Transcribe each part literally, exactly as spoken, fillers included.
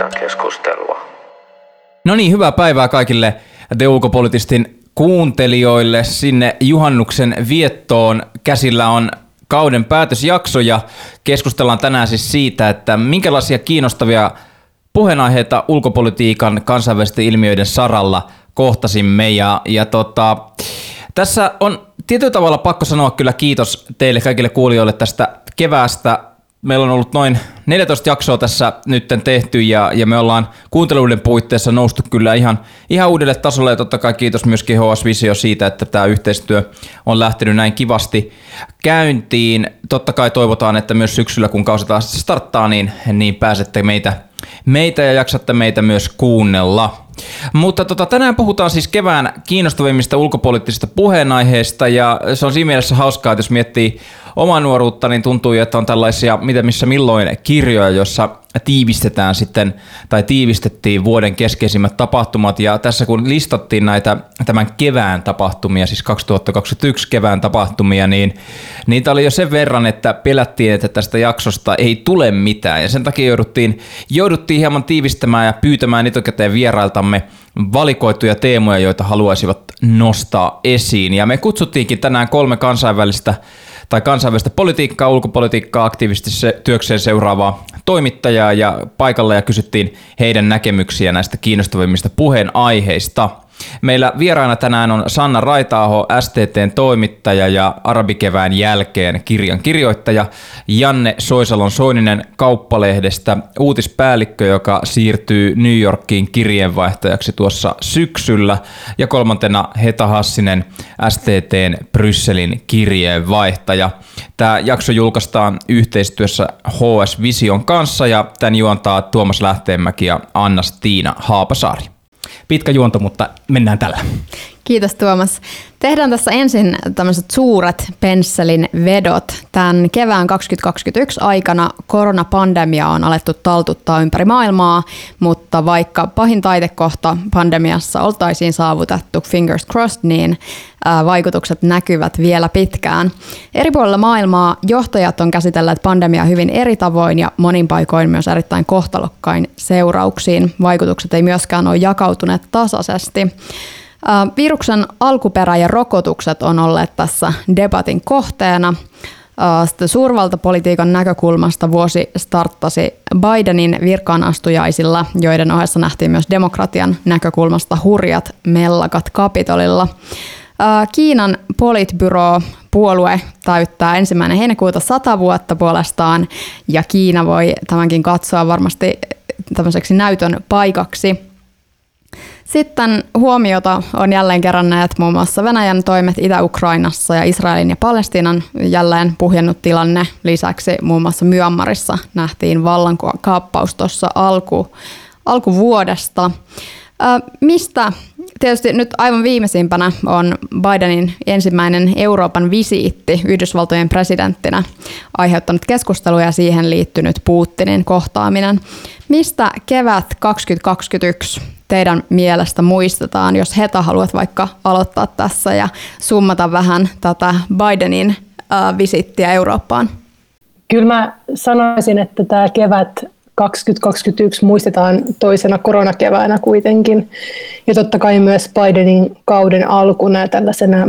Faktakeskustelua. No niin, hyvää päivää kaikille The Ulkopolitistin kuuntelijoille sinne juhannuksen viettoon. Käsillä on kauden päätösjakso ja keskustellaan tänään siis siitä, että minkälaisia kiinnostavia puheenaiheita ulkopolitiikan kansainvälisten ilmiöiden saralla kohtasimme. Ja, ja tota, tässä on tietyllä tavalla pakko sanoa kyllä kiitos teille kaikille kuulijoille tästä keväästä. Meillä on ollut noin neljätoista jaksoa tässä nytten tehty ja, ja me ollaan kuunteluiden puitteissa noustu kyllä ihan, ihan uudelle tasolle ja totta kai kiitos myöskin H S Visio siitä, että tämä yhteistyö on lähtenyt näin kivasti käyntiin. Totta kai toivotaan, että myös syksyllä kun kausi taas starttaa, niin, niin pääsette meitä, meitä ja jaksatte meitä myös kuunnella. Mutta tota, tänään puhutaan siis kevään kiinnostavimmista ulkopoliittisista puheenaiheista ja se on siinä mielessä hauskaa, että jos miettii omaa nuoruutta, niin tuntuu, että on tällaisia mitä missä milloin kirjoja, joissa tiivistetään sitten tai tiivistettiin vuoden keskeisimmät tapahtumat ja tässä kun listattiin näitä tämän kevään tapahtumia, siis kaksituhattakaksikymmentäyksi kevään tapahtumia, niin niitä oli jo sen verran, että pelättiin, että tästä jaksosta ei tule mitään ja sen takia jouduttiin, jouduttiin hieman tiivistämään ja pyytämään etukäteen vierailtamme valikoituja teemoja, joita haluaisivat nostaa esiin ja me kutsuttiinkin tänään kolme kansainvälistä tai kansainvälistä politiikkaa, ulkopolitiikkaa aktiivisesti se, työkseen seuraavaa toimittajaa ja paikalla ja kysyttiin heidän näkemyksiä näistä kiinnostavimmista puheenaiheista. Meillä vieraana tänään on Sanna Raita-aho, S T T:n toimittaja ja Arabikevään jälkeen kirjan kirjoittaja, Janne Soisalon-Soininen Kauppalehdestä uutispäällikkö, joka siirtyy New Yorkiin kirjeenvaihtajaksi tuossa syksyllä ja kolmantena Heta Hassinen, S T T:n Brysselin kirjeenvaihtaja. Tämä jakso julkaistaan yhteistyössä H S Vision kanssa ja tämän juontaa Tuomas Lähteenmäki ja Anna-Stiina Haapasaari. Pitkä juonto, mutta mennään tällä. Kiitos Tuomas. Tehdään tässä ensin tämmöiset suuret pensselin vedot. Tämän kevään kaksituhattakaksikymmentäyksi aikana koronapandemia on alettu taltuttaa ympäri maailmaa, mutta vaikka pahin taitekohta pandemiassa oltaisiin saavutettu, fingers crossed, niin vaikutukset näkyvät vielä pitkään. Eri puolilla maailmaa johtajat on käsitelleet pandemiaa hyvin eri tavoin ja monin paikoin myös erittäin kohtalokkain seurauksiin. Vaikutukset ei myöskään ole jakautuneet tasaisesti. Viruksen alkuperä ja rokotukset on olleet tässä debatin kohteena. Sitten suurvaltapolitiikan näkökulmasta vuosi starttasi Bidenin virkaanastujaisilla, joiden ohessa nähtiin myös demokratian näkökulmasta hurjat mellakat Kapitolilla. Kiinan Politbyro-puolue täyttää ensimmäinen heinäkuuta sata vuotta puolestaan, ja Kiina voi tämänkin katsoa varmasti tämmöiseksi näytön paikaksi. Sitten huomiota on jälleen keränneet muun muassa Venäjän toimet Itä-Ukrainassa ja Israelin ja Palestiinan jälleen puhjennut tilanne. Lisäksi muun muassa Myanmarissa nähtiin vallankaappaus tuossa alku, alkuvuodesta. Mistä tietysti nyt aivan viimeisimpänä on Bidenin ensimmäinen Euroopan visiitti Yhdysvaltojen presidenttinä aiheuttanut keskustelua ja siihen liittynyt Putinin kohtaaminen. Mistä kevät kaksituhattakaksikymmentäyksi teidän mielestä muistetaan, jos Heta haluat vaikka aloittaa tässä ja summata vähän tätä Bidenin äh, visittiä Eurooppaan? Kyllä mä sanoisin, että tämä kevät kaksituhattakaksikymmentäyksi muistetaan toisena koronakeväänä kuitenkin. Ja totta kai myös Bidenin kauden alkuna ja tällaisena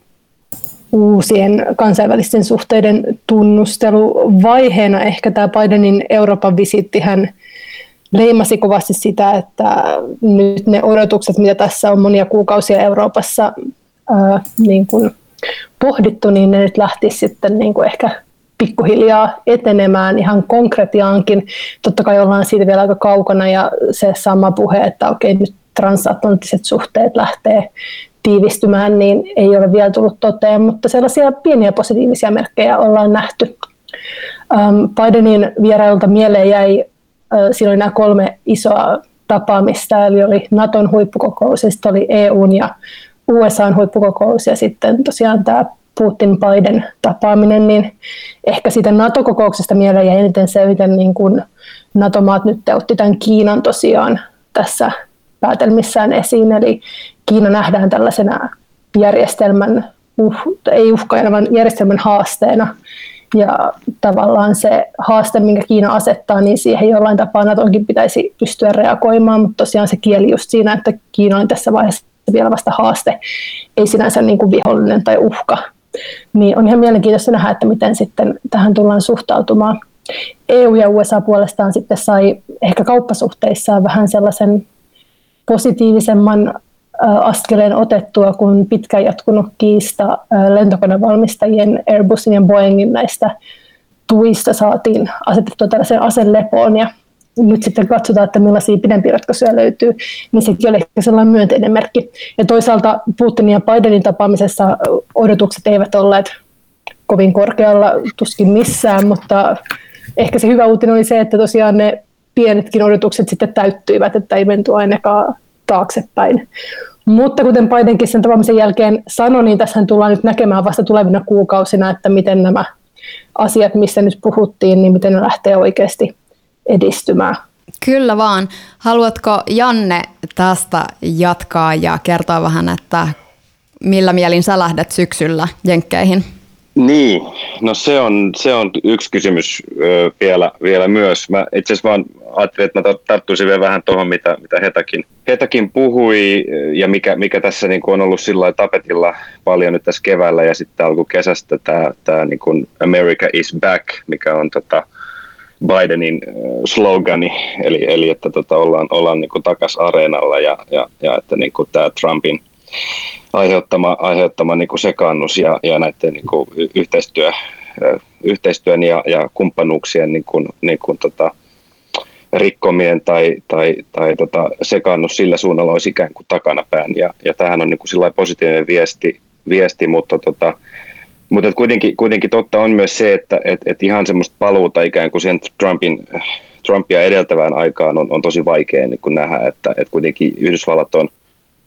uusien kansainvälisten suhteiden tunnusteluvaiheena ehkä tämä Bidenin Euroopan visittihän leimasi kovasti sitä, että nyt ne odotukset, mitä tässä on monia kuukausia Euroopassa ää, niin kuin pohdittu, niin ne nyt lähtisi sitten niin kuin ehkä pikkuhiljaa etenemään ihan konkretiaankin. Totta kai ollaan siitä vielä aika kaukana ja se sama puhe, että okei nyt transatlanttiset suhteet lähtee tiivistymään, niin ei ole vielä tullut toteen, mutta sellaisia pieniä positiivisia merkkejä ollaan nähty. Ähm, Bidenin vierailulta mieleen jäi Siinä oli nämä kolme isoa tapaamista, eli oli Naton huippukokous, ja sitten oli E U:n ja U S A:n huippukokous, ja sitten tosiaan tämä Putin-Biden tapaaminen, niin ehkä siitä NATO-kokouksesta mieleen jäi eniten se, miten niin kuin NATO-maat nyt otti tämän Kiinan tosiaan tässä päätelmissään esiin, eli Kiina nähdään tällaisena järjestelmän, uh, ei uhkailevän järjestelmän haasteena, Ja tavallaan se haaste, minkä Kiina asettaa, niin siihen jollain tapaa Natonkin pitäisi pystyä reagoimaan, mutta tosiaan se kieli just siinä, että Kiina on tässä vaiheessa vielä vasta haaste, ei sinänsä niin kuin vihollinen tai uhka. Niin on ihan mielenkiintoista nähdä, että miten sitten tähän tullaan suhtautumaan. E U ja U S A puolestaan sitten sai ehkä kauppasuhteissaan vähän sellaisen positiivisemman askeleen otettua, kun pitkään jatkunut kiista lentokonevalmistajien Airbusin ja Boeingin näistä tuista saatiin asetettua tällaiseen aselepoon ja nyt sitten katsotaan, että millaisia pidempiä ratkaisuja löytyy, niin sekin oli ehkä sellainen myönteinen merkki. Ja toisaalta Putinin ja Bidenin tapaamisessa odotukset eivät olleet kovin korkealla, tuskin missään, mutta ehkä se hyvä uutinen oli se, että tosiaan ne pienetkin odotukset sitten täyttyivät, että ei menty ainakaan taaksepäin. Mutta kuten Bidenkin sen tapaamisen jälkeen sanoi, niin tässä tullaan nyt näkemään vasta tulevina kuukausina, että miten nämä asiat, mistä nyt puhuttiin, niin miten ne lähtee oikeasti edistymään. Kyllä vaan. Haluatko Janne tästä jatkaa ja kertoa vähän, että millä mielin sä lähdet syksyllä Jenkkeihin? Niin, no se on, se on yksi kysymys ö, vielä, vielä myös. Mä itse asiassa vaan ajattelin, että mä tarttuisin vielä vähän tuohon, mitä, mitä Hetakin, Hetakin puhui ja mikä, mikä tässä niin kuin on ollut sillä tapetilla paljon nyt tässä keväällä ja sitten alkukesästä tämä, tämä niin kuin America is back, mikä on tota Bidenin slogani, eli, eli että tota ollaan, ollaan niin kuin takas areenalla ja, ja, ja että niin kuin tämä Trumpin aiheuttama, aiheuttama niin kuin sekaannus ja, ja näiden niin kuin yhteistyö, yhteistyön ja, ja kumppanuuksien niin kuin, niin kuin tota, rikkomien tai, tai, tai tota, sekaannus sillä suunnalla olisi ikään kuin takanapäin. Ja, ja tämähän on niin kuin sillä positiivinen viesti, viesti mutta, tota, mutta kuitenkin, kuitenkin totta on myös se, että et, et ihan semmoista paluuta ikään kuin sen Trumpin, Trumpia edeltävään aikaan on, on tosi vaikea niin kuin nähdä, että et kuitenkin Yhdysvallat on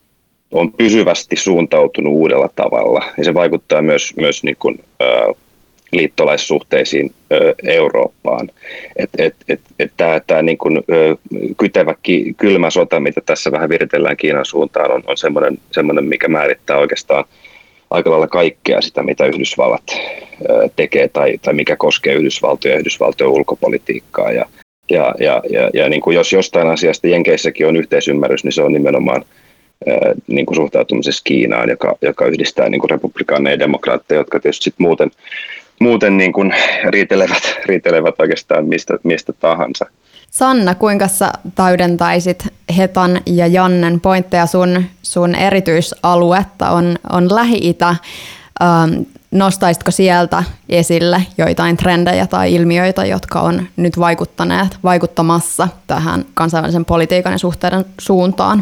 on pysyvästi suuntautunut uudella tavalla ja se vaikuttaa myös, myös niin kuin, ä, liittolaissuhteisiin ä, Eurooppaan. Et, et, et, et tämä, tämä niin kuin, ä, kytevä ki, kylmä sota, mitä tässä vähän viritellään Kiinan suuntaan, on, on semmoinen, semmoinen, mikä määrittää oikeastaan aika lailla kaikkea sitä, mitä Yhdysvallat ä, tekee tai, tai mikä koskee Yhdysvaltoja ja Yhdysvaltojen ulkopolitiikkaa. Ja, ja, ja, ja, ja niin kuin jos jostain asiasta Jenkeissäkin on yhteisymmärrys, niin se on nimenomaan niin kuin suhtautumisessa Kiinaan, joka, joka yhdistää niin kuin republikaaneja ja demokraatteja, jotka tietysti sit muuten, muuten niin kuin riitelevät, riitelevät oikeastaan mistä, mistä tahansa. Sanna, kuinka sä täydentäisit Hetan ja Jannen pointteja? Sun, sun erityisaluetta on, on Lähi-Itä. Ähm, nostaisitko sieltä esille joitain trendejä tai ilmiöitä, jotka on nyt vaikuttaneet, vaikuttamassa tähän kansainvälisen politiikan ja suhteiden suuntaan?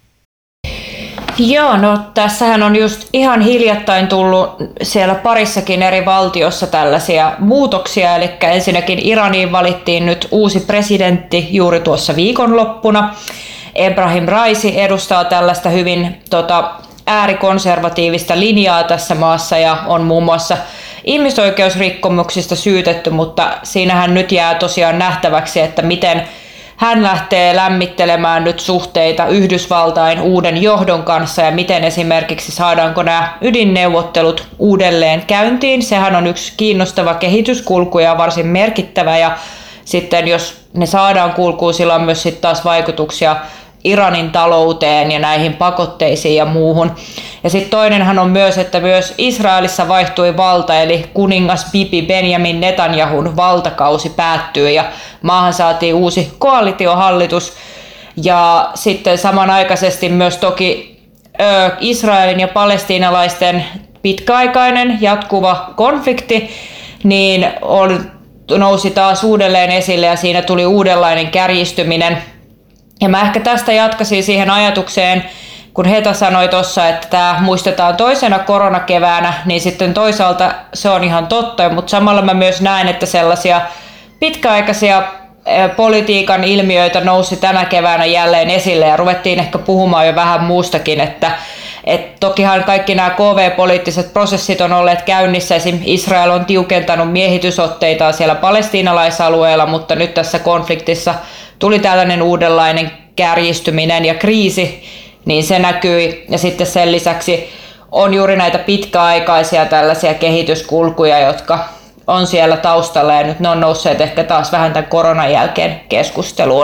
Joo, no tässähän on just ihan hiljattain tullut siellä parissakin eri valtiossa tällaisia muutoksia, eli ensinnäkin Iraniin valittiin nyt uusi presidentti juuri tuossa viikonloppuna. Ebrahim Raisi edustaa tällaista hyvin tota, äärikonservatiivista linjaa tässä maassa ja on muun muassa ihmisoikeusrikkomuksista syytetty, mutta siinähän nyt jää tosiaan nähtäväksi, että miten hän lähtee lämmittelemään nyt suhteita Yhdysvaltain uuden johdon kanssa ja miten esimerkiksi saadaanko nämä ydinneuvottelut uudelleen käyntiin. Sehän on yksi kiinnostava kehityskulku ja varsin merkittävä ja sitten jos ne saadaan kulkuun, sillä on myös sitten taas vaikutuksia Iranin talouteen ja näihin pakotteisiin ja muuhun. Ja sitten toinenhan on myös, että myös Israelissa vaihtui valta, eli kuningas Bibi Benjamin Netanyahun valtakausi päättyy ja maahan saatiin uusi koalitiohallitus. Ja sitten samanaikaisesti myös toki ö, Israelin ja palestiinalaisten pitkäaikainen jatkuva konflikti niin on, nousi taas uudelleen esille ja siinä tuli uudenlainen kärjistyminen. Ja mä ehkä tästä jatkaisin siihen ajatukseen, kun Heta sanoi tuossa, että tämä muistetaan toisena koronakeväänä, niin sitten toisaalta se on ihan totta, mutta samalla mä myös näen, että sellaisia pitkäaikaisia politiikan ilmiöitä nousi tänä keväänä jälleen esille ja ruvettiin ehkä puhumaan jo vähän muustakin, että et tokihan kaikki nämä K V-poliittiset prosessit on olleet käynnissä, esim. Israel on tiukentanut miehitysotteitaan siellä palestiinalaisalueella, mutta nyt tässä konfliktissa tuli tällainen uudenlainen kärjistyminen ja kriisi, niin se näkyi. Ja sitten sen lisäksi on juuri näitä pitkäaikaisia tällaisia kehityskulkuja, jotka on siellä taustalla ja nyt ne on nousseet ehkä taas vähän tämän koronan jälkeen keskusteluun.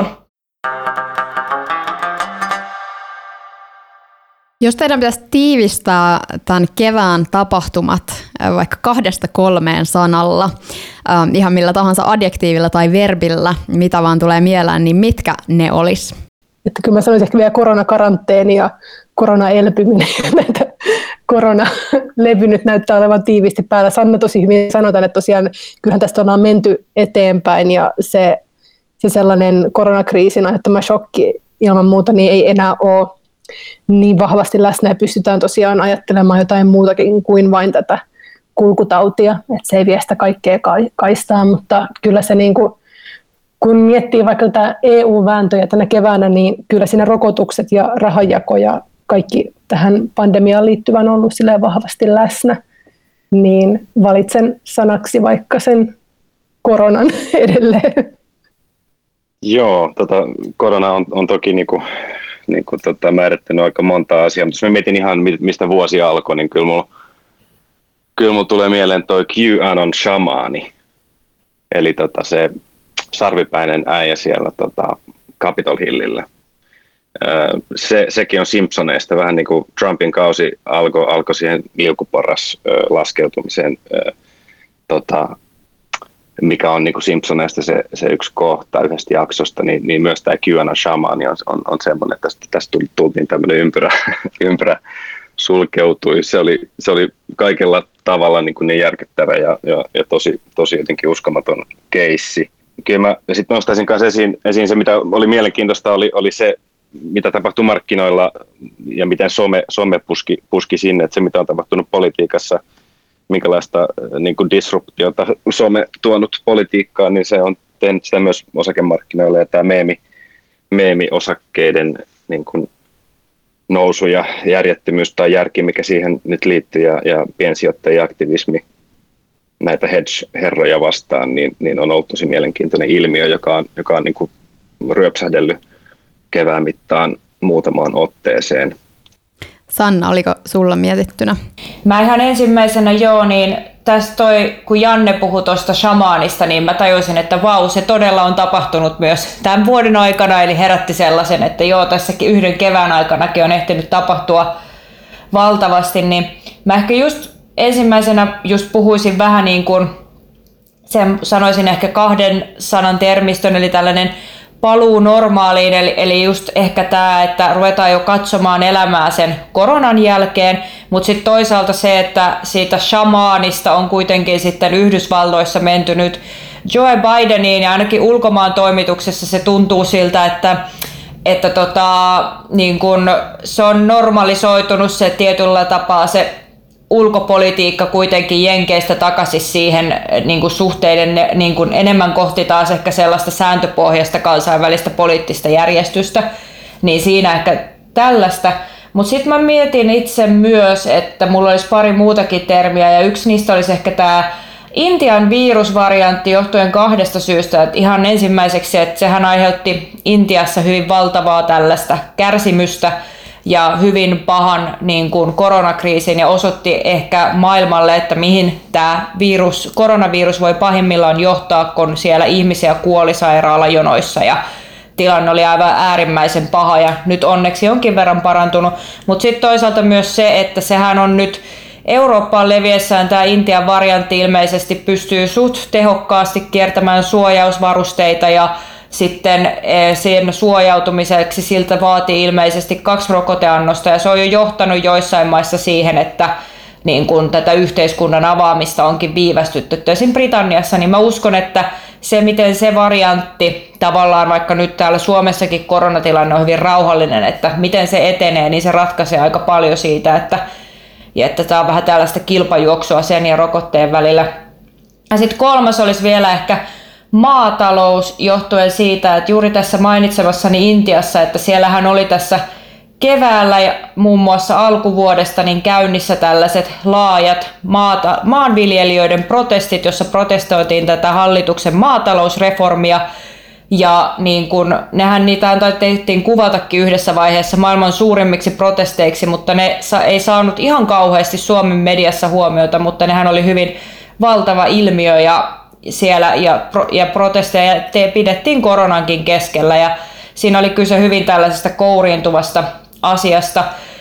Jos teidän pitäisi tiivistää tämän kevään tapahtumat vaikka kahdesta kolmeen sanalla, ihan millä tahansa adjektiivilla tai verbillä, mitä vaan tulee mieleen, niin mitkä ne olisi? Että kyllä mä sanoisin ehkä vielä koronakaranteeni ja koronaelpyminen ja näitä koronalevy nyt näyttää olevan tiiviisti päällä. Sanna tosi hyvin sanotaan, että tosiaan kyllähän tästä ollaan menty eteenpäin ja se, se sellainen koronakriisin aiheuttama shokki ilman muuta niin ei enää ole niin vahvasti läsnä ja pystytään tosiaan ajattelemaan jotain muutakin kuin vain tätä kulkutautia. Että se ei vie sitä kaikkea kaistaa, mutta kyllä se niin kuin, kun miettii vaikka tätä E U-vääntöjä tänä keväänä, niin kyllä siinä rokotukset ja rahanjako ja kaikki tähän pandemiaan liittyvän on ollut silleen vahvasti läsnä, niin valitsen sanaksi vaikka sen koronan edelleen. Joo, tota, korona on, on toki niinku, niinku tota, määrittänyt aika monta asiaa, mutta jos mä mietin ihan mistä vuosi alkoi, niin kyllä mulla, kyllä mulla tulee mieleen toi QAnon shamaani, eli tota, se sarvipäinen äijä siellä tota, Capitol Hillillä. Se, sekin on Simpsoneista, vähän niin kuin Trumpin kausi alkoi alko siihen liukuporras laskeutumiseen, tota, mikä on niin kuin Simpsoneista se, se yksi kohta yhdestä jaksosta, niin, niin myös tämä QAnon shamaani on, on, on semmoinen, että tästä, tästä tultiin tämmöinen ympyrä, ympyrä sulkeutui. Se oli, se oli kaikella tavalla niin, kuin niin järkyttävä ja, ja, ja tosi, tosi jotenkin uskomaton keissi. Kyllä mä sitten nostaisin kanssa esiin, esiin se, mitä oli mielenkiintoista, oli, oli se, mitä tapahtui markkinoilla ja miten some, some puski, puski sinne, että se mitä on tapahtunut politiikassa, minkälaista niin kuin disruptiota some tuonut politiikkaan, niin se on tehnyt sitä myös osakemarkkinoilla ja tämä meemi, meemiosakkeiden niin kuin nousu ja järjettömyys tai järki, mikä siihen nyt liittyy ja, ja piensijoittajien aktivismi näitä hedge-herroja vastaan, niin, niin on ollut tosi mielenkiintoinen ilmiö, joka on, joka on niin kuin ryöpsähdellyt kevään mittaan muutamaan otteeseen. Sanna, oliko sulla mietittynä? Mä ihan ensimmäisenä joo, niin tästä toi, kun Janne puhui tuosta shamaanista, niin mä tajusin, että vau, se todella on tapahtunut myös tämän vuoden aikana, eli herätti sellaisen, että joo, tässäkin yhden kevään aikanakin on ehtinyt tapahtua valtavasti, niin mä ehkä just ensimmäisenä just puhuisin vähän niin kuin, sen sanoisin ehkä kahden sanan termistön, eli tällainen paluu normaaliin, eli, eli just ehkä tämä, että ruvetaan jo katsomaan elämää sen koronan jälkeen, mutta sitten toisaalta se, että siitä shamaanista on kuitenkin sitten Yhdysvalloissa menty nyt Joe Bideniin, ja ainakin ulkomaan toimituksessa se tuntuu siltä, että, että tota, niin kun se on normalisoitunut se tietyllä tapaa se ulkopolitiikka kuitenkin Jenkeistä takaisin siihen niin kuin suhteiden niin kuin enemmän kohti taas ehkä sellaista sääntöpohjaista kansainvälistä poliittista järjestystä, niin siinä ehkä tällaista. Mutta sitten mä mietin itse myös, että mulla olisi pari muutakin termiä ja yksi niistä olisi ehkä tämä Intian virusvariantti johtuen kahdesta syystä. Et ihan ensimmäiseksi, että sehän aiheutti Intiassa hyvin valtavaa tällaista kärsimystä ja hyvin pahan niin kuin koronakriisin ja osoitti ehkä maailmalle, että mihin tämä virus, koronavirus voi pahimmillaan johtaa, kun siellä ihmisiä kuoli sairaalajonoissa ja tilanne oli aivan äärimmäisen paha ja nyt onneksi jonkin verran parantunut. Mutta sitten toisaalta myös se, että sehän on nyt Eurooppaan leviessään tämä Intian variantti ilmeisesti pystyy suht tehokkaasti kiertämään suojausvarusteita ja sitten sen suojautumiseksi siltä vaatii ilmeisesti kaksi rokoteannosta ja se on jo johtanut joissain maissa siihen, että niin kun tätä yhteiskunnan avaamista onkin viivästytty. Toisin Britanniassa, niin mä uskon, että se miten se variantti tavallaan, vaikka nyt täällä Suomessakin koronatilanne on hyvin rauhallinen, että miten se etenee, niin se ratkaisee aika paljon siitä, että, ja että tämä on vähän tällaista kilpajuoksua sen ja rokotteen välillä. Ja sitten kolmas olisi vielä ehkä maatalous johtuen siitä, että juuri tässä mainitsemassani Intiassa, että siellähän oli tässä keväällä ja muun muassa alkuvuodesta niin käynnissä tällaiset laajat maata, maanviljelijöiden protestit, jossa protestoitiin tätä hallituksen maatalousreformia. Ja niin kun, nehän niitä tehtiin kuvatakin yhdessä vaiheessa maailman suurimmiksi protesteiksi, mutta ne ei saanut ihan kauheasti Suomen mediassa huomiota, mutta nehän oli hyvin valtava ilmiö ja siellä ja, ja protesteja te pidettiin koronankin keskellä ja siinä oli kyse hyvin tällaisesta kouriintuvasta asiasta,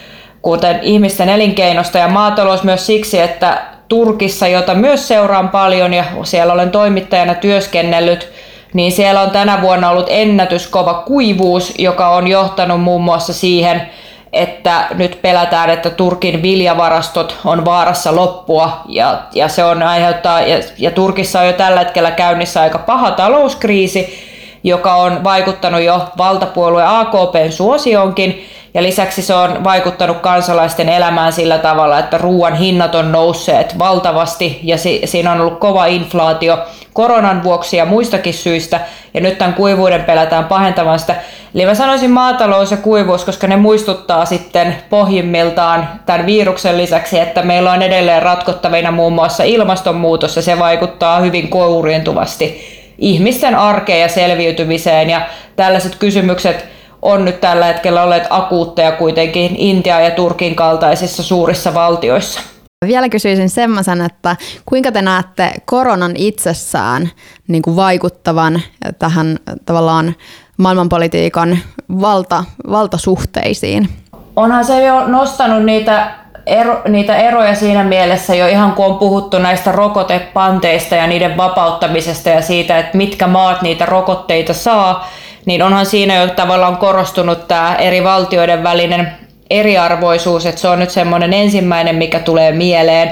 kuten ihmisten elinkeinosta ja maatalous myös siksi, että Turkissa, jota myös seuraan paljon ja siellä olen toimittajana työskennellyt, niin siellä on tänä vuonna ollut ennätyskova kuivuus, joka on johtanut muun muassa siihen, että nyt pelätään, että Turkin viljavarastot on vaarassa loppua ja, ja se on aiheuttaa, ja, ja Turkissa on jo tällä hetkellä käynnissä aika paha talouskriisi, joka on vaikuttanut jo valtapuolue A K P:n suosioonkin ja lisäksi se on vaikuttanut kansalaisten elämään sillä tavalla, että ruoan hinnat on nousseet valtavasti ja si- siinä on ollut kova inflaatio koronan vuoksi ja muistakin syistä ja nyt tämän kuivuuden pelätään pahentavan sitä. Eli mä sanoisin maatalous ja kuivuus, koska ne muistuttaa sitten pohjimmiltaan tämän viruksen lisäksi, että meillä on edelleen ratkottavina muun muassa ilmastonmuutos ja se vaikuttaa hyvin kouriintuvasti ihmisten arkeen ja selviytymiseen ja tällaiset kysymykset on nyt tällä hetkellä olleet akuutteja kuitenkin Intian ja Turkin kaltaisissa suurissa valtioissa. Vielä kysyisin semmoisen, että kuinka te näette koronan itsessään niin kuin vaikuttavan tähän tavallaan maailmanpolitiikan valta, valtasuhteisiin? Onhan se jo nostanut niitä, ero, niitä eroja siinä mielessä jo ihan kun on puhuttu näistä rokotepanteista ja niiden vapauttamisesta ja siitä, että mitkä maat niitä rokotteita saa, niin onhan siinä jo tavallaan korostunut tämä eri valtioiden välinen eriarvoisuus, että se on nyt semmoinen ensimmäinen, mikä tulee mieleen.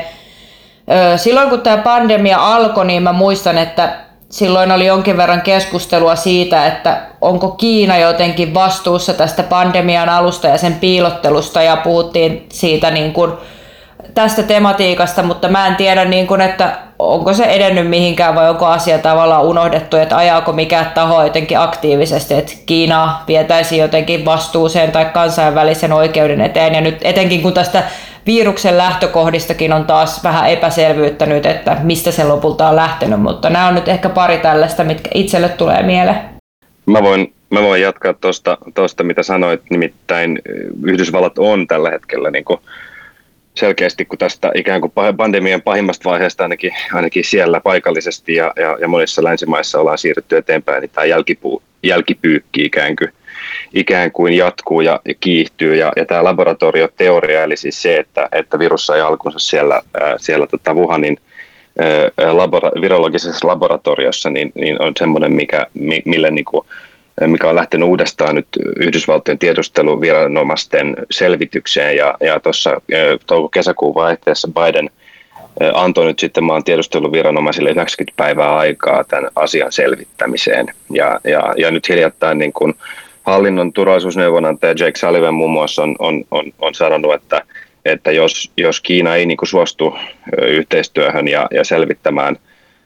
Silloin kun tämä pandemia alkoi, niin mä muistan, että silloin oli jonkin verran keskustelua siitä, että onko Kiina jotenkin vastuussa tästä pandemian alusta ja sen piilottelusta ja puhuttiin siitä niin kuin tästä tematiikasta, mutta mä en tiedä, niin kuin, että onko se edennyt mihinkään vai onko asia tavallaan unohdettu, että ajaako mikään taho jotenkin aktiivisesti, että Kiina vietäisi jotenkin vastuuseen tai kansainvälisen oikeuden eteen. Ja nyt etenkin kun tästä viruksen lähtökohdistakin on taas vähän epäselvyyttä nyt, että mistä se lopulta on lähtenyt, mutta nämä on nyt ehkä pari tällaista, mitkä itselle tulee mieleen. Mä voin, mä voin jatkaa tuosta, mitä sanoit, nimittäin Yhdysvallat on tällä hetkellä niin kuin selkeästi, kun tästä ikään kuin pandemian pahimmasta vaiheesta ainakin, ainakin siellä paikallisesti ja, ja, ja monissa länsimaissa ollaan siirrytty eteenpäin, niin tämä jälkipuu, jälkipyykki ikään kuin, ikään kuin jatkuu ja, ja kiihtyy. Ja, ja tämä laboratorioteoria, eli siis se, että, että virus sai alkunsa siellä, ää, siellä tota Wuhanin ää, labora, virologisessa laboratoriossa, niin, niin on semmoinen, mikä, mille niin kuin, mikä on lähtenyt uudestaan nyt Yhdysvaltojen tiedusteluviranomaisten selvitykseen ja, ja tuossa touko-kesäkuun vaihteessa Biden antoi nyt sitten maan tiedusteluviranomaisille yhdeksänkymmentä päivää aikaa tämän asian selvittämiseen ja, ja, ja nyt hiljattain niin kuin hallinnon turvallisuusneuvonantaja Jake Sullivan muun muassa on, on, on, on sanonut, että, että jos, jos Kiina ei niin kuin suostu yhteistyöhön ja, ja selvittämään,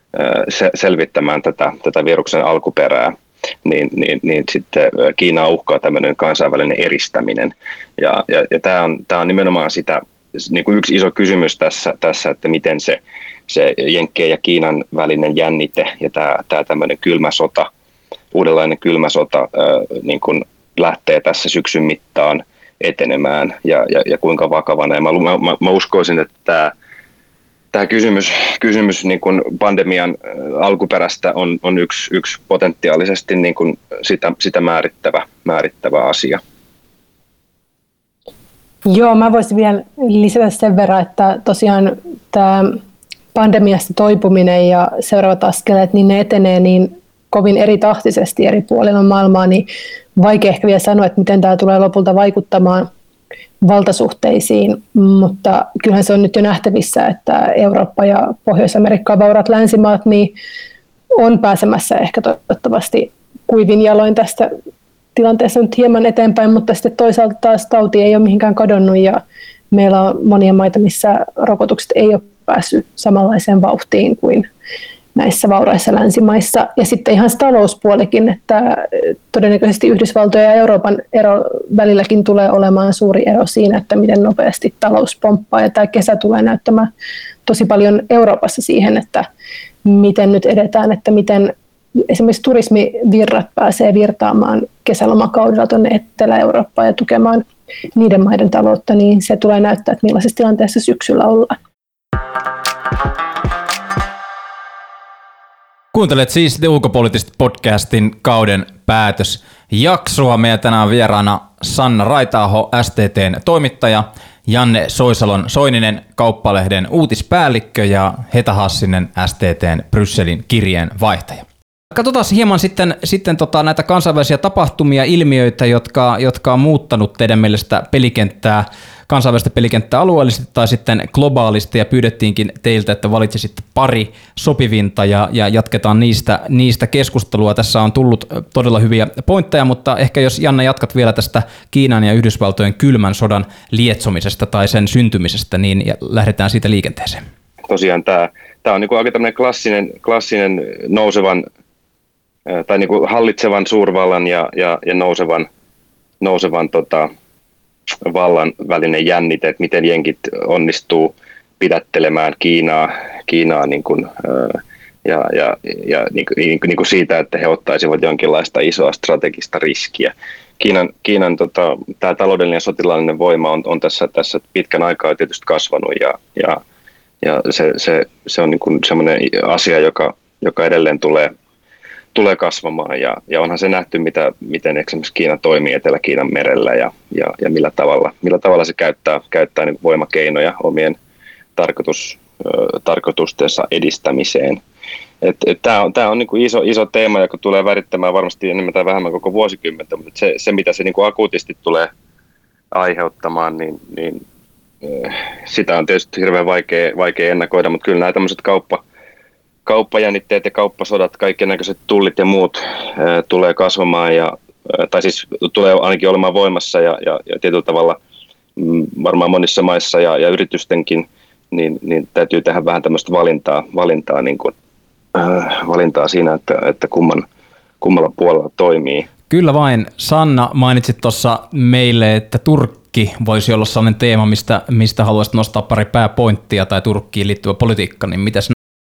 se, selvittämään tätä, tätä viruksen alkuperää, Niin, niin, niin sitten Kiinaa uhkaa tämmöinen kansainvälinen eristäminen. Ja, ja, ja tämä on, tämä on nimenomaan sitä, niin kuin yksi iso kysymys tässä, tässä että miten se, se Jenkkien ja Kiinan välinen jännite ja tämä, tämä tämmöinen kylmä sota, uudenlainen kylmä sota ää, niin kuin lähtee tässä syksyn mittaan etenemään ja, ja, ja kuinka vakavana. Ja mä, mä, mä uskoisin, että tämä Tämä kysymys, kysymys niin kuin pandemian alkuperästä on, on yksi, yksi potentiaalisesti niin kuin sitä, sitä määrittävä, määrittävä asia. Joo, mä voisin vielä lisätä sen verran, että tosiaan tämä pandemiasta toipuminen ja seuraavat askeleet, niin ne etenee niin kovin eri tahtisesti eri puolilla maailmaa, niin vaikea ehkä vielä sanoa, että miten tämä tulee lopulta vaikuttamaan valtasuhteisiin, mutta kyllähän se on nyt jo nähtävissä, että Eurooppa ja Pohjois-Amerikka vauraat länsimaat niin on pääsemässä ehkä toivottavasti kuivin jaloin tästä tilanteessa nyt hieman eteenpäin, mutta sitten toisaalta taas tauti ei ole mihinkään kadonnut ja meillä on monia maita, missä rokotukset ei ole päässyt samanlaiseen vauhtiin kuin näissä vauraissa länsimaissa. Ja sitten ihan se talouspuolikin, että todennäköisesti Yhdysvaltojen ja Euroopan ero välilläkin tulee olemaan suuri ero siinä, että miten nopeasti talous pomppaa. Ja tämä kesä tulee näyttämään tosi paljon Euroopassa siihen, että miten nyt edetään, että miten esimerkiksi turismivirrat pääsee virtaamaan kesälomakaudella tuonne Etelä-Eurooppaan ja tukemaan niiden maiden taloutta, niin se tulee näyttää, että millaisessa tilanteessa syksyllä ollaan. Kuuntelet siis The Ulkopoliittista podcastin kauden päätösjaksoa. Meillä tänään on vieraana Sanna Raita-aho, S T T:n toimittaja, Janne Soisalon-Soininen, Kauppalehden uutispäällikkö ja Heta Hassinen, S T T:n Brysselin kirjeenvaihtaja. Katsotaan hieman sitten, sitten tota näitä kansainvälisiä tapahtumia, ilmiöitä, jotka, jotka on muuttanut teidän mielestä pelikenttää, kansainvälistä pelikenttää alueellisesti tai sitten globaalisti, ja pyydettiinkin teiltä, että valitsisitte pari sopivinta ja, ja jatketaan niistä, niistä keskustelua. Tässä on tullut todella hyviä pointteja, mutta ehkä jos Janne jatkat vielä tästä Kiinan ja Yhdysvaltojen kylmän sodan lietsomisesta tai sen syntymisestä, niin lähdetään siitä liikenteeseen. Tosiaan tämä, tämä on niin kuin aika tämmöinen klassinen, klassinen nousevan tai niin kuin hallitsevan suurvallan ja, ja, ja nousevan, nousevan tota, vallan välinen jännite, että miten jenkit onnistuu pidättelemään Kiinaa, Kiinaa niin kuin, ja, ja, ja niin kuin, niin kuin siitä, että he ottaisivat jonkinlaista isoa strategista riskiä. Kiinan, Kiinan tota, tämä taloudellinen ja sotilaallinen voima on, on tässä, tässä pitkän aikaa tietysti kasvanut, ja, ja, ja se, se, se on niin kuin sellainen asia, joka, joka edelleen tulee tulee kasvamaan, ja, ja onhan se nähty, mitä, miten esimerkiksi Kiina toimii Etelä-Kiinan merellä ja, ja, ja millä, tavalla, millä tavalla se käyttää, käyttää niin voimakeinoja omien tarkoitus, ö, tarkoitustensa edistämiseen. Tämä on, tää on niin kuin iso, iso teema, joka tulee värittämään varmasti enemmän tai vähemmän koko vuosikymmentä, mutta se, se mitä se niin kuin akuutisti tulee aiheuttamaan, niin, niin ö, sitä on tietysti hirveän vaikea, vaikea ennakoida, mutta kyllä nämä tämmöiset kauppa kauppajännitteet ja kauppasodat, kaikennäköiset tullit ja muut ää, tulee kasvamaan, ja, ää, tai siis tulee ainakin olemaan voimassa, ja, ja, ja tietyllä tavalla mm, varmaan monissa maissa ja, ja yritystenkin, niin, niin täytyy tehdä vähän tämmöistä valintaa, valintaa, niin kuin, ää, valintaa siinä, että, että kumman, kummalla puolella toimii. Kyllä vain. Sanna, mainitsit tuossa meille, että Turkki voisi olla sellainen teema, mistä, mistä haluaisit nostaa pari pääpointtia tai Turkkiin liittyvä politiikka, niin mitäs?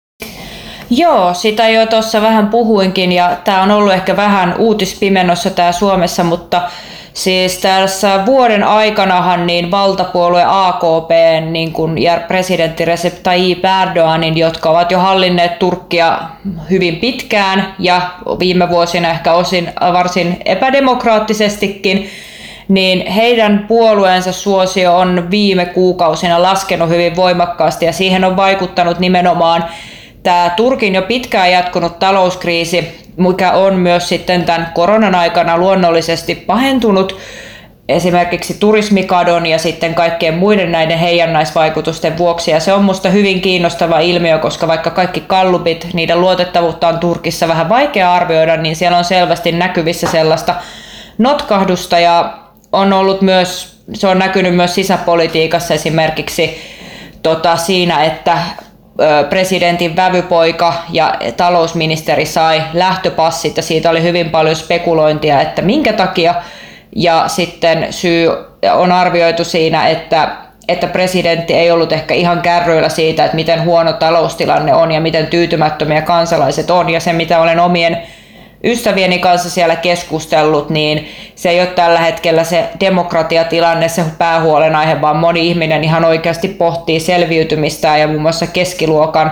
Joo, sitä jo tuossa vähän puhuinkin, ja tämä on ollut ehkä vähän uutispimennossa tää Suomessa, mutta siis tässä vuoden aikanahan niin valtapuolue A K P niin kun, ja presidentti Recep Tayyip Erdoganin, jotka ovat jo hallinneet Turkkia hyvin pitkään ja viime vuosina ehkä osin varsin epädemokraattisestikin, niin heidän puolueensa suosio on viime kuukausina laskenut hyvin voimakkaasti, ja siihen on vaikuttanut nimenomaan tämä Turkin jo pitkään jatkunut talouskriisi, mikä on myös sitten tämän koronan aikana luonnollisesti pahentunut esimerkiksi turismikadon ja sitten kaikkien muiden näiden heijannaisvaikutusten vuoksi. Ja se on musta hyvin kiinnostava ilmiö, koska vaikka kaikki gallupit, niiden luotettavuutta on Turkissa vähän vaikea arvioida, niin siellä on selvästi näkyvissä sellaista notkahdusta, ja on ollut myös, se on näkynyt myös sisäpolitiikassa esimerkiksi tota, siinä, että presidentin vävypoika ja talousministeri sai lähtöpassit, ja siitä oli hyvin paljon spekulointia, että minkä takia, ja sitten syy on arvioitu siinä, että, että presidentti ei ollut ehkä ihan kärryillä siitä, että miten huono taloustilanne on ja miten tyytymättömiä kansalaiset on, ja se mitä olen omien ystävieni kanssa siellä keskustellut, niin se ei ole tällä hetkellä se demokratiatilanne, se päähuolenaihe, vaan moni ihminen ihan oikeasti pohtii selviytymistä, ja muun muassa keskiluokan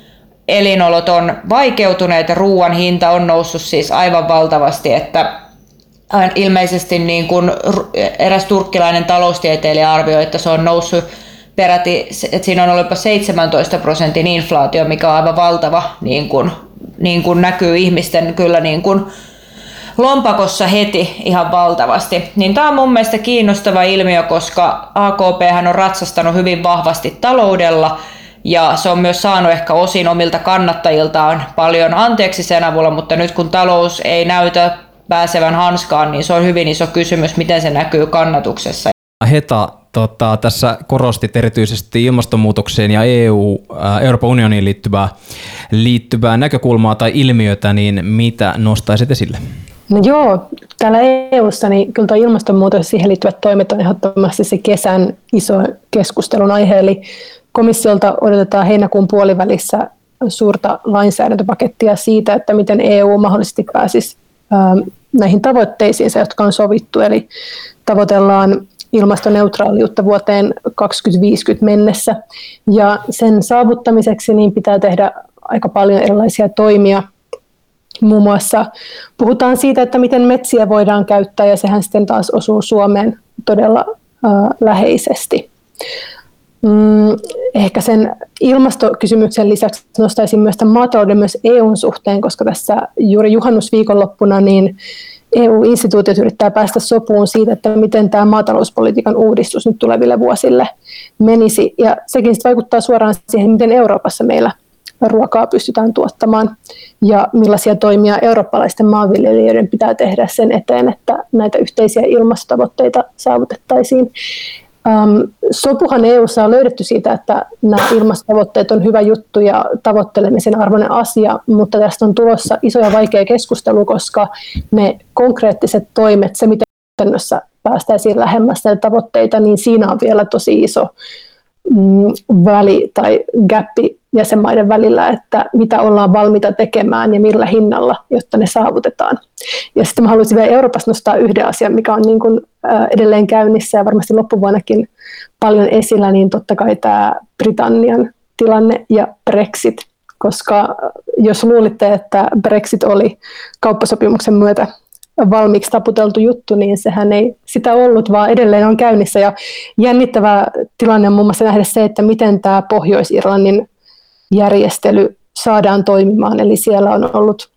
elinolot on vaikeutuneet ja ruoan hinta on noussut siis aivan valtavasti, että ilmeisesti niin kuin eräs turkkilainen taloustieteilijä arvioi, että se on noussut peräti, että siinä on ollut jopa seitsemäntoista prosentin inflaatio, mikä on aivan valtava, niin kuin, niin kuin näkyy ihmisten kyllä niin kuin lompakossa heti ihan valtavasti. Niin tämä on mun mielestä kiinnostava ilmiö, koska A K P hän on ratsastanut hyvin vahvasti taloudella, ja se on myös saanut ehkä osin omilta kannattajiltaan paljon anteeksi sen avulla, mutta nyt kun talous ei näytä pääsevän hanskaan, niin se on hyvin iso kysymys, miten se näkyy kannatuksessa. Heta, tota, tässä korostit erityisesti ilmastonmuutokseen ja E U, ää, Euroopan unioniin liittyvää, liittyvää näkökulmaa tai ilmiötä, niin mitä nostaisit esille? No joo, täällä E U:ssa niin kyllä tuo ilmastonmuutos ja siihen liittyvät toimet on ehdottomasti se kesän iso keskustelun aihe, eli komissiolta odotetaan heinäkuun puolivälissä suurta lainsäädäntöpakettia siitä, että miten E U mahdollisesti pääsisi näihin tavoitteisiin, jotka on sovittu, eli tavoitellaan ilmastoneutraaliutta vuoteen kaksituhattaviisikymmentä mennessä, ja sen saavuttamiseksi niin pitää tehdä aika paljon erilaisia toimia. Muun muassa puhutaan siitä, että miten metsiä voidaan käyttää, ja sehän sitten taas osuu Suomeen todella äh, läheisesti. Mm, ehkä sen ilmastokysymyksen lisäksi nostaisin myös tämän maatalouden myös E U:n suhteen, koska tässä juuri juhannusviikonloppuna niin E U-instituutiot yrittää päästä sopuun siitä, että miten tämä maatalouspolitiikan uudistus nyt tuleville vuosille menisi. Ja sekin vaikuttaa suoraan siihen, miten Euroopassa meillä ruokaa pystytään tuottamaan ja millaisia toimia eurooppalaisten maanviljelijöiden pitää tehdä sen eteen, että näitä yhteisiä ilmastotavoitteita saavutettaisiin. Um, sopuhan E U:ssa on löydetty siitä, että nämä ilmastotavoitteet on hyvä juttu ja tavoittelemisen arvoinen asia, mutta tästä on tulossa iso ja vaikea keskustelu, koska ne konkreettiset toimet, se miten käytännössä päästäisiin lähemmäs näitä tavoitteita, niin siinä on vielä tosi iso mm, väli tai gappi jäsenmaiden välillä, että mitä ollaan valmiita tekemään ja millä hinnalla, jotta ne saavutetaan. Ja sitten mä haluaisin vielä Euroopassa nostaa yhden asian, mikä on niin kuin edelleen käynnissä ja varmasti loppuvuonnakin paljon esillä, niin totta kai tämä Britannian tilanne ja Brexit, koska jos luulitte, että Brexit oli kauppasopimuksen myötä valmiiksi taputeltu juttu, niin sehän ei sitä ollut, vaan edelleen on käynnissä. Ja jännittävä tilanne on muun muassa nähdä se, että miten tämä Pohjois-Irlannin järjestely saadaan toimimaan. Eli siellä on ollut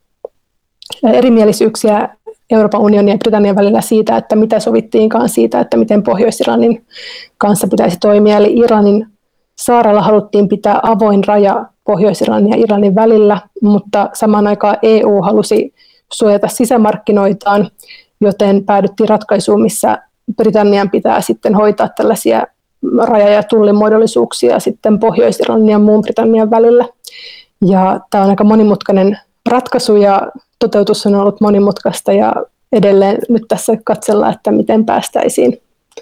erimielisyyksiä Euroopan unionin ja Britannian välillä siitä, että mitä sovittiinkaan siitä, että miten Pohjois-Irlannin kanssa pitäisi toimia. Eli Irlannin saarella haluttiin pitää avoin raja Pohjois-Irlannin ja Irlannin välillä, mutta samaan aikaan E U halusi suojata sisämarkkinoitaan, joten päädyttiin ratkaisuun, missä Britannian pitää sitten hoitaa tällaisia raja- ja tullimuodollisuuksia sitten Pohjois-Irlannin ja muun Britannian välillä. Ja tämä on aika monimutkainen ratkaisu ja toteutus on ollut monimutkaista ja edelleen nyt tässä katsellaan, että miten päästäisiin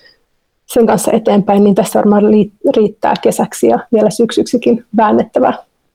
sen kanssa eteenpäin, niin tässä varmaan riittää kesäksi ja vielä syksyksikin väännettävää.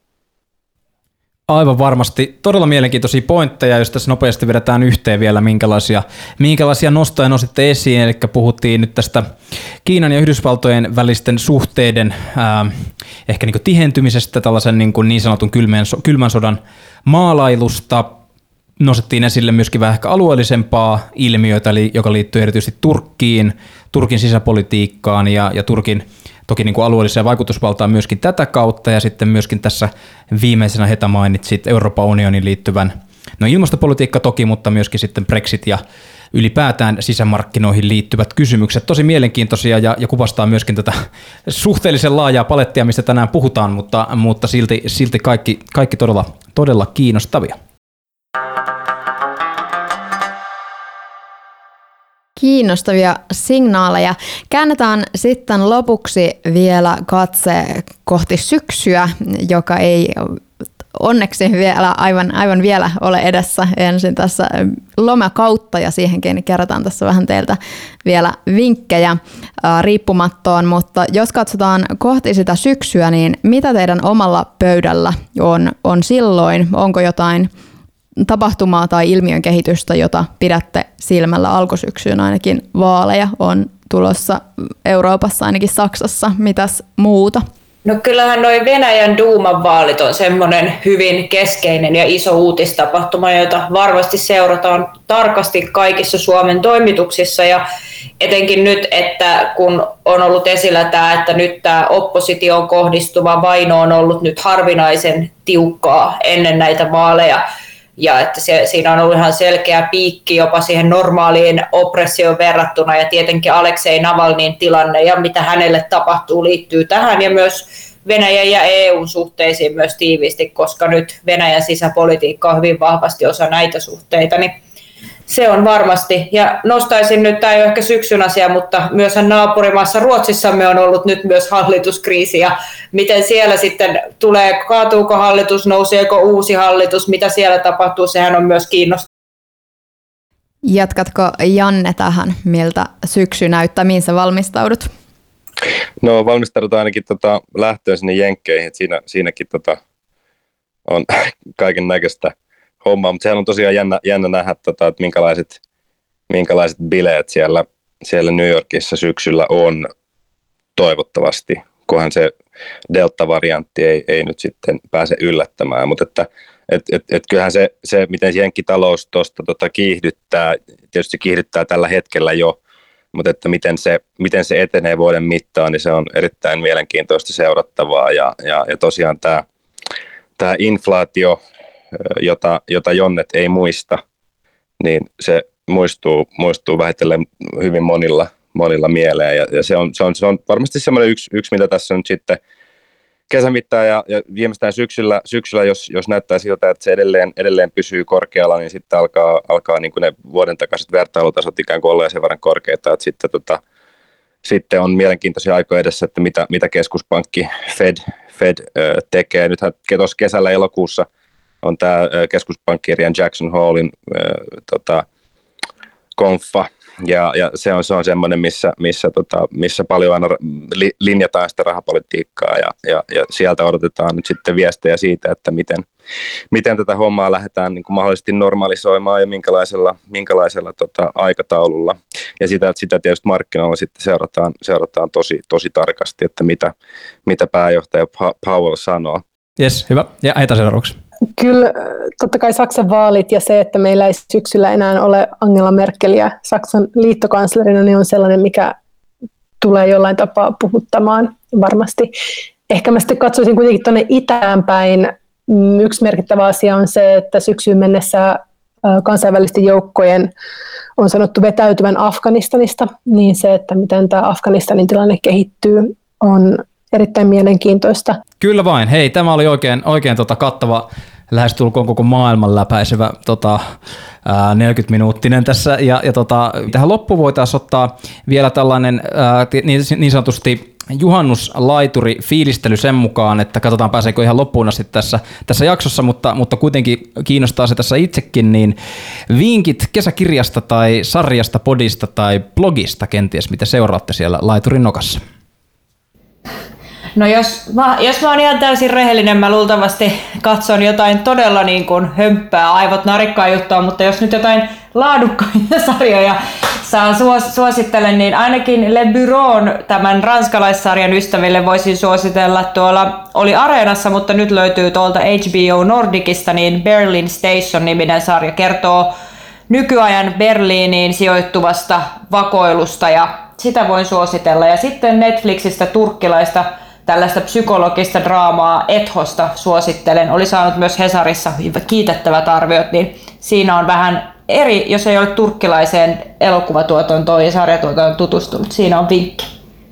Aivan varmasti. Todella mielenkiintoisia pointteja, jos tässä nopeasti vedetään yhteen vielä, minkälaisia, minkälaisia nostoja nostitte esiin. Eli puhuttiin nyt tästä Kiinan ja Yhdysvaltojen välisten suhteiden ää, ehkä niin kuin tihentymisestä, tällaisen niin, kuin niin sanotun kylmän, kylmän sodan maalailusta. Nostettiin esille myöskin vähän ehkä alueellisempaa ilmiötä, eli joka liittyy erityisesti Turkkiin, Turkin sisäpolitiikkaan ja, ja Turkin toki niin kuin alueelliseen vaikutusvaltaan myöskin tätä kautta, ja sitten myöskin tässä viimeisenä Heta mainitsit Euroopan unionin liittyvän, no ilmastopolitiikka toki, mutta myöskin sitten Brexit ja ylipäätään sisämarkkinoihin liittyvät kysymykset. Tosi mielenkiintoisia ja, ja kuvastaa myöskin tätä suhteellisen laajaa palettia, mistä tänään puhutaan, mutta, mutta silti, silti kaikki, kaikki todella, todella kiinnostavia. Kiinnostavia signaaleja. Käännetään sitten lopuksi vielä katse kohti syksyä, joka ei onneksi vielä aivan, aivan vielä ole edessä. Ensin tässä lomakautta ja siihenkin kerätään tässä vähän teiltä vielä vinkkejä riippumattoon, mutta jos katsotaan kohti sitä syksyä, niin mitä teidän omalla pöydällä on, on silloin? Onko jotain tapahtumaa tai ilmiön kehitystä, jota pidätte silmällä alkusyksyyn? Ainakin vaaleja on tulossa Euroopassa, ainakin Saksassa. Mitäs muuta? No kyllähän noi Venäjän duuman vaalit on semmoinen hyvin keskeinen ja iso uutistapahtuma, jota varmasti seurataan tarkasti kaikissa Suomen toimituksissa, ja etenkin nyt, että kun on ollut esillä tämä, että nyt tämä oppositioon kohdistuva vaino on ollut nyt harvinaisen tiukkaa ennen näitä vaaleja, ja että se, siinä on ollut ihan selkeä piikki jopa siihen normaaliin oppressioon verrattuna, ja tietenkin Aleksei Navalnin tilanne ja mitä hänelle tapahtuu liittyy tähän, ja myös Venäjän ja E U:n suhteisiin myös tiiviisti, koska nyt Venäjän sisäpolitiikka on hyvin vahvasti osa näitä suhteita, niin se on varmasti. Ja nostaisin nyt, tämä ei ole ehkä syksyn asia, mutta myös naapurimaassa Ruotsissamme on ollut nyt myös hallituskriisi, ja miten siellä sitten tulee, kaatuuko hallitus, nouseeko uusi hallitus, mitä siellä tapahtuu, sehän on myös kiinnostavaa. Jatkatko Janne tähän, miltä syksy näyttää, mihin sä valmistaudut? No valmistaudutaan ainakin tota, lähtöön sinne Jenkkeihin, että siinä, siinäkin tota, on kaiken näköistä hommaa, mutta sehän on tosiaan jännä, jännä nähdä, tota, että minkälaiset, minkälaiset bileet siellä, siellä New Yorkissa syksyllä on toivottavasti, kunhan se Delta-variantti ei, ei nyt sitten pääse yllättämään, mutta että Et, et, et kyllähän se, se, miten jenkkitalous tuosta tota kiihdyttää, tietysti se kiihdyttää tällä hetkellä jo, mutta että miten se, miten se etenee vuoden mittaan, niin se on erittäin mielenkiintoista seurattavaa. Ja, ja, ja tosiaan tämä, tämä inflaatio, jota, jota Jonnet ei muista, niin se muistuu, muistuu vähitellen hyvin monilla, monilla mieleen. Ja, ja se, on, se, on, se on varmasti semmoinen yksi, yksi, mitä tässä nyt sitten kesän mittaan ja, ja viimeistään syksyllä, syksyllä jos, jos näyttää siltä, että se edelleen, edelleen pysyy korkealla, niin sitten alkaa, alkaa niin kuin ne vuoden takaiset vertailutasot ikään kuin olla sen verran korkeita, että sitten, tota, sitten on mielenkiintoisia aikoja edessä, että mitä, mitä keskuspankki Fed, Fed ö, tekee. Nythän tuossa kesällä elokuussa on tämä keskuspankkirjan Jackson Hallin ö, tota, konfa, Ja, ja se on, se on semmoinen, missä, missä, tota, missä paljon aina li, linjataan sitä rahapolitiikkaa ja, ja, ja sieltä odotetaan nyt sitten viestejä siitä, että miten, miten tätä hommaa lähdetään niin kuin mahdollisesti normalisoimaan ja minkälaisella, minkälaisella tota, aikataululla. Ja sitä, sitä tietysti markkinoilla sitten seurataan, seurataan tosi, tosi tarkasti, että mitä, mitä pääjohtaja Powell sanoo. Jes, hyvä. Ja heitä seuraavaksi. Kyllä totta kai Saksan vaalit ja se, että meillä ei syksyllä enää ole Angela Merkeliä Saksan liittokanslerina, niin on sellainen, mikä tulee jollain tapaa puhuttamaan varmasti. Ehkä mä sitten katsoisin kuitenkin tuonne itään päin. Yksi merkittävä asia on se, että syksyyn mennessä kansainvälisten joukkojen on sanottu vetäytyvän Afganistanista, niin se, että miten tämä Afganistanin tilanne kehittyy, on erittäin mielenkiintoista. Kyllä vain. Hei, tämä oli oikein, oikein tota kattava, lähestulkoon koko maailman läpäisevä tota, ää, neljäkymmentä-minuuttinen tässä. Ja, ja tota, tähän loppuun voitaisiin ottaa vielä tällainen ää, niin, niin sanotusti juhannuslaituri fiilistely sen mukaan, että katsotaan pääseekö ihan loppuun asti tässä, tässä jaksossa, mutta, mutta kuitenkin kiinnostaa se tässä itsekin, niin vinkit kesäkirjasta tai sarjasta, podista tai blogista kenties, mitä seuraatte siellä laiturin nokassa? No jos mä, jos mä oon ihan täysin rehellinen, mä luultavasti katson jotain todella niin kuin hömppää, aivot narikkaa juttua, mutta jos nyt jotain laadukkaita sarjoja saan suos, suosittelen, niin ainakin Le Bureau'n tämän ranskalaissarjan ystäville voisin suositella. Tuolla oli Areenassa, mutta nyt löytyy tuolta H B O Nordicista, niin Berlin Station-niminen sarja kertoo nykyajan Berliiniin sijoittuvasta vakoilusta ja sitä voin suositella. Ja sitten Netflixistä turkkilaista tällaista psykologista draamaa Ethosta suosittelen. Oli saanut myös Hesarissa kiitettävät arviot, niin siinä on vähän eri, jos ei ole turkkilaiseen elokuvatuotantoon ja sarjatuotantoon tutustunut. Siinä on vinkki.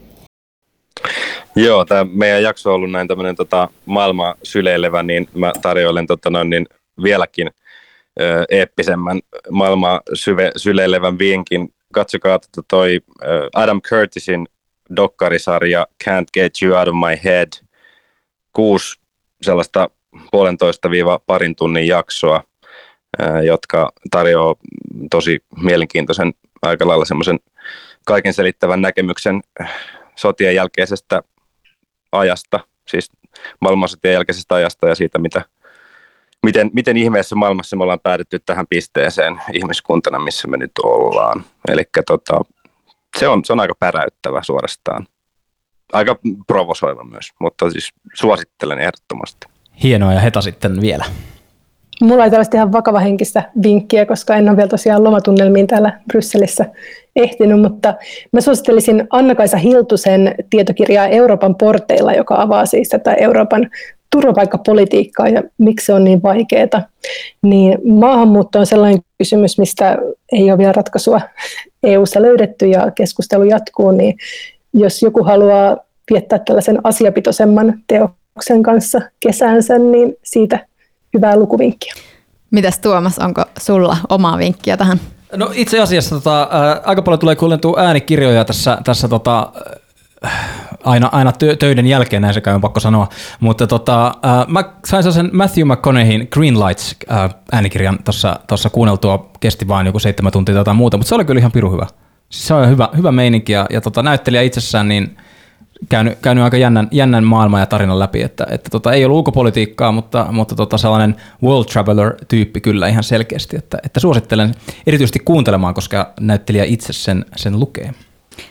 Joo, tämä meidän jakso on ollut näin tämmöinen tota, maailmaa syleilevä, niin mä tarjoilen tota, noin, niin vieläkin ö, eeppisemmän maailmaa syve, syleilevän vinkin. Katsokaa tota, toi ö, Adam Curtisin dokkarisarja Can't Get You Out of My Head. Kuusi sellaista puolentoista viiva parin tunnin jaksoa, jotka tarjoaa tosi mielenkiintoisen, aika lailla semmoisen kaiken selittävän näkemyksen sotien jälkeisestä ajasta, siis maailmansotien jälkeisestä ajasta ja siitä, mitä, miten, miten ihmeessä maailmassa me ollaan päädytty tähän pisteeseen ihmiskuntana, missä me nyt ollaan. Eli tota, se, on, se on aika päräyttävä suorastaan. Aika provosoiva myös, mutta siis suosittelen ehdottomasti. Hienoa, ja Heta sitten vielä. Mulla ei tällaista ihan vakavahenkistä vinkkiä, koska en ole vielä tosiaan lomatunnelmiin täällä Brysselissä ehtinyt, mutta mä suosittelisin Anna-Kaisa Hiltusen tietokirjaa Euroopan porteilla, joka avaa siis tätä Euroopan turvapaikkapolitiikkaa ja miksi se on niin vaikeaa. Niin maahanmuutto on sellainen kysymys, mistä ei ole vielä ratkaisua E U:ssa löydetty ja keskustelu jatkuu, niin jos joku haluaa viettää tällaisen asiapitoisemman teoksen kanssa kesäänsä, niin siitä hyvää lukuvinkkiä. Mitäs Tuomas, onko sulla omaa vinkkiä tähän? No itse asiassa tota, ää, aika paljon tulee kuulentua äänikirjoja tässä, tässä tota, aina, aina töiden jälkeen, näin se käy, on pakko sanoa. Mutta tota, ää, mä sain sellaisen Matthew McConaugheyn Green Lights ää, äänikirjan tuossa kuunneltua, kesti vain joku seitsemän tuntia tai muuta, mutta se oli kyllä ihan pirun hyvä. Siis se on hyvä, hyvä meininki ja, ja tota, näyttelijä itsessään niin käynyt, käynyt aika jännän, jännän maailman ja tarinan läpi, että, että tota, ei ollut ulkopolitiikkaa, mutta, mutta tota, sellainen world traveler-tyyppi kyllä ihan selkeästi, että, että suosittelen erityisesti kuuntelemaan, koska näyttelijä itse sen, sen lukee.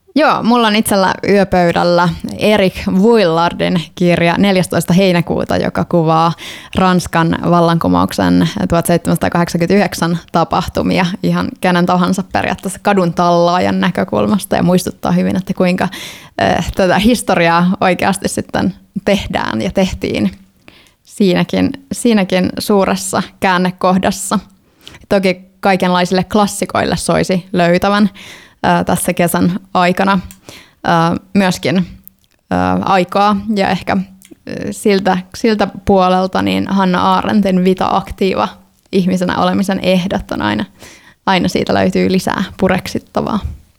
Joo, mulla on itsellä yöpöydällä Erik Vuillardin kirja neljästoista heinäkuuta, joka kuvaa Ranskan vallankumouksen tuhatseitsemänsataakahdeksankymmentäyhdeksän tapahtumia ihan kenen tahansa periaatteessa kadun tallaajan näkökulmasta ja muistuttaa hyvin, että kuinka äh, tätä historiaa oikeasti sitten tehdään ja tehtiin siinäkin, siinäkin suuressa käännekohdassa. Toki kaikenlaisille klassikoille soisi löytävän tässä kesän aikana myöskin aikaa ja ehkä siltä, siltä puolelta niin Hannah Arendtin Vita Activa ihmisenä olemisen ehdot on aina, aina siitä löytyy lisää pureksittavaa.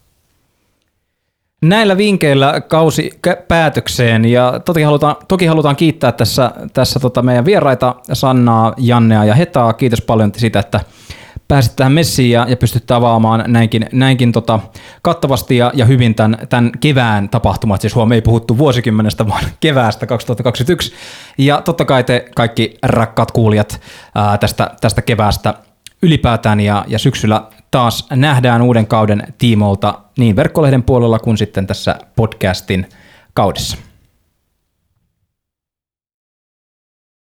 Näillä vinkkeillä kausi päätökseen ja toki halutaan, toki halutaan kiittää tässä, tässä tota meidän vieraita Sannaa, Jannea ja Hetaa. Kiitos paljon siitä, että pääsit tähän messiin ja, ja pystytte avaamaan näinkin, näinkin tota kattavasti ja, ja hyvin tämän, tämän kevään tapahtumat. Siis huomioon ei puhuttu vuosikymmenestä, vaan keväästä kaksituhattakaksikymmentäyksi. Ja totta kai te kaikki rakkaat kuulijat ää, tästä, tästä keväästä ylipäätään ja, ja syksyllä taas nähdään uuden kauden tiimoilta niin verkkolehden puolella kuin sitten tässä podcastin kaudessa.